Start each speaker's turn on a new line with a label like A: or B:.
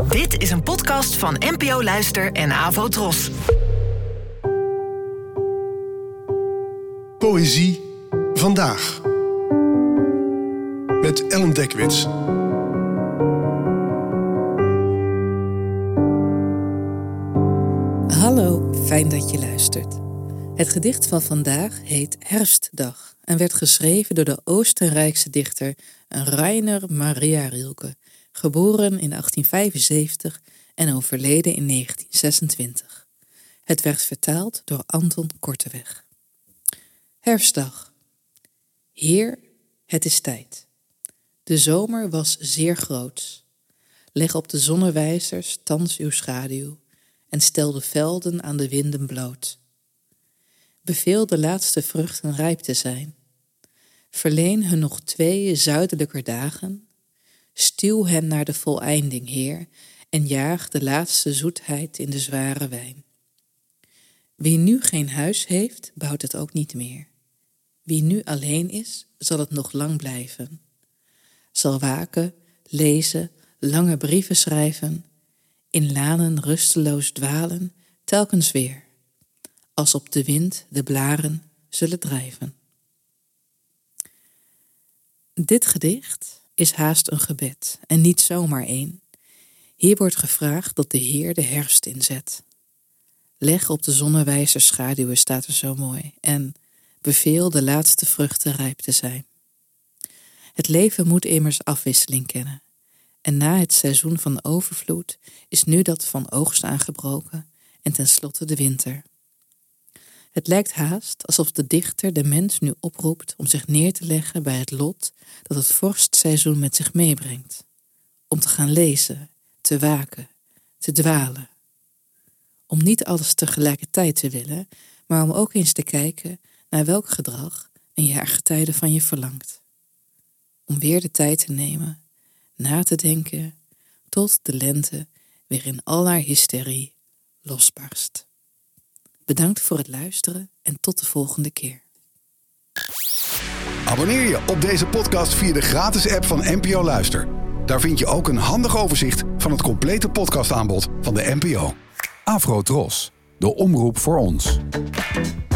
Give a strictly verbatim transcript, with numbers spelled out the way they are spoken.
A: Dit is een podcast van N P O Luister en Avo Tros.
B: Poëzie vandaag. Met Ellen Dekwits.
C: Hallo, fijn dat je luistert. Het gedicht van vandaag heet Herfstdag en werd geschreven door de Oostenrijkse dichter Rainer Maria Rilke, geboren in achttien vijfenzeventig en overleden in negentien zesentwintig. Het werd vertaald door Anton Korteweg. Herfstdag. Heer, het is tijd. De zomer was zeer groots. Leg op de zonnewijzers thans uw schaduw en stel de velden aan de winden bloot. Beveel de laatste vruchten rijp te zijn. Verleen hun nog twee zuidelijker dagen. Stuw hen naar de voleinding, Heer, en jaag de laatste zoetheid in de zware wijn. Wie nu geen huis heeft, bouwt het ook niet meer. Wie nu alleen is, zal het nog lang blijven. Zal waken, lezen, lange brieven schrijven, in lanen rusteloos dwalen, telkens weer, als op de wind de blaren zullen drijven. Dit gedicht is haast een gebed, en niet zomaar één. Hier wordt gevraagd dat de Heer de herfst inzet. Leg op de zonnewijzer schaduwen, staat er zo mooi, en beveel de laatste vruchten rijp te zijn. Het leven moet immers afwisseling kennen. En na het seizoen van overvloed is nu dat van oogst aangebroken en tenslotte de winter. Het lijkt haast alsof de dichter de mens nu oproept om zich neer te leggen bij het lot dat het vorstseizoen met zich meebrengt. Om te gaan lezen, te waken, te dwalen. Om niet alles tegelijkertijd te willen, maar om ook eens te kijken naar welk gedrag een jaargetijde van je verlangt. Om weer de tijd te nemen, na te denken, tot de lente weer in al haar hysterie losbarst. Bedankt voor het luisteren en tot de volgende keer.
D: Abonneer je op deze podcast via de gratis app van N P O Luister. Daar vind je ook een handig overzicht van het complete podcastaanbod van de N P O. Avo Tros, de omroep voor ons.